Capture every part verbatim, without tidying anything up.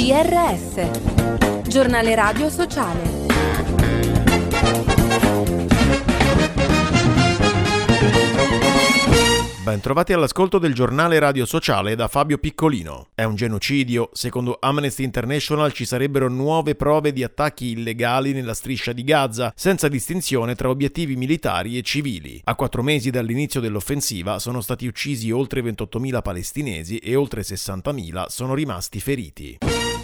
G R S, Giornale Radio Sociale. Bentrovati all'ascolto del Giornale Radio Sociale da Fabio Piccolino. È un genocidio? Secondo Amnesty International ci sarebbero nuove prove di attacchi illegali nella striscia di Gaza, senza distinzione tra obiettivi militari e civili. A quattro mesi dall'inizio dell'offensiva sono stati uccisi oltre ventottomila palestinesi e oltre sessantamila sono rimasti feriti.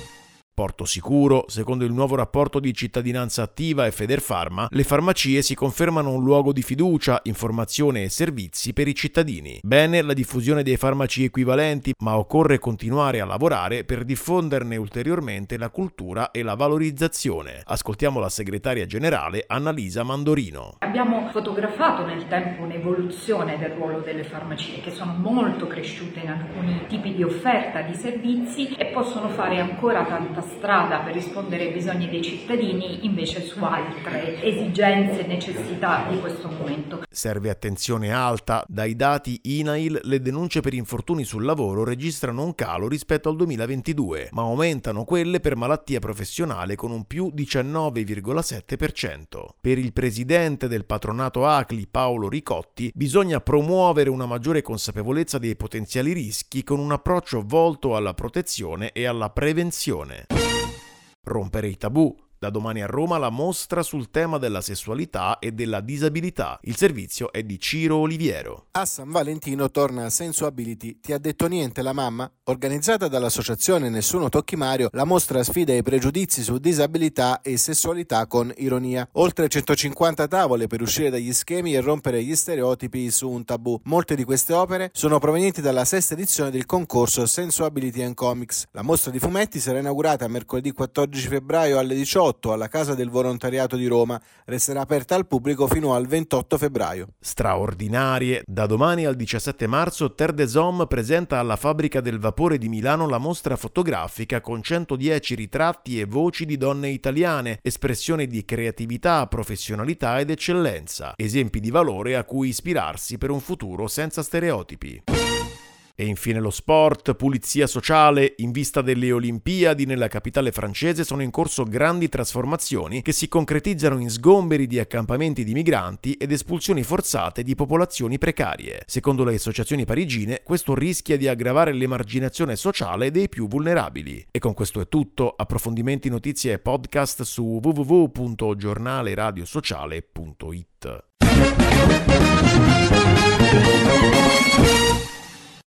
Porto sicuro, secondo il nuovo rapporto di Cittadinanza Attiva e Federfarma, le farmacie si confermano un luogo di fiducia, informazione e servizi per i cittadini. Bene la diffusione dei farmaci equivalenti, ma occorre continuare a lavorare per diffonderne ulteriormente la cultura e la valorizzazione. Ascoltiamo la segretaria generale Annalisa Mandorino. Abbiamo fotografato nel tempo un'evoluzione del ruolo delle farmacie, che sono molto cresciute in alcuni tipi di offerta di servizi e possono fare ancora tanta strada per rispondere ai bisogni dei cittadini, invece su altre esigenze e necessità di questo momento. Serve attenzione alta. Dai dati I N A I L le denunce per infortuni sul lavoro registrano un calo rispetto al duemilaventidue, ma aumentano quelle per malattia professionale con un più diciannove virgola sette per cento. Per il presidente del patronato A C L I, Paolo Ricotti, bisogna promuovere una maggiore consapevolezza dei potenziali rischi con un approccio volto alla protezione e alla prevenzione. Rompere i tabù. Da domani a Roma la mostra sul tema della sessualità e della disabilità. Il servizio è di Ciro Oliviero. A San Valentino torna Sensuability, ti ha detto niente la mamma? Organizzata dall'associazione Nessuno Tocchi Mario, la mostra sfida i pregiudizi su disabilità e sessualità con ironia. Oltre centocinquanta tavole per uscire dagli schemi e rompere gli stereotipi su un tabù. Molte di queste opere sono provenienti dalla sesta edizione del concorso Sensuability and Comics. La mostra di fumetti sarà inaugurata mercoledì quattordici febbraio alle diciotto alla Casa del Volontariato di Roma. Resterà aperta al pubblico fino al ventotto febbraio. Straordinarie. Da domani al diciassette marzo Terre des Hommes presenta alla Fabbrica del Vapore di Milano la mostra fotografica con centodieci ritratti e voci di donne italiane, espressione di creatività, professionalità ed eccellenza, esempi di valore a cui ispirarsi per un futuro senza stereotipi. E infine lo sport, pulizia sociale. In vista delle Olimpiadi nella capitale francese sono in corso grandi trasformazioni che si concretizzano in sgomberi di accampamenti di migranti ed espulsioni forzate di popolazioni precarie. Secondo le associazioni parigine, questo rischia di aggravare l'emarginazione sociale dei più vulnerabili. E con questo è tutto. Approfondimenti, notizie e podcast su w w w punto giornale radio sociale punto it.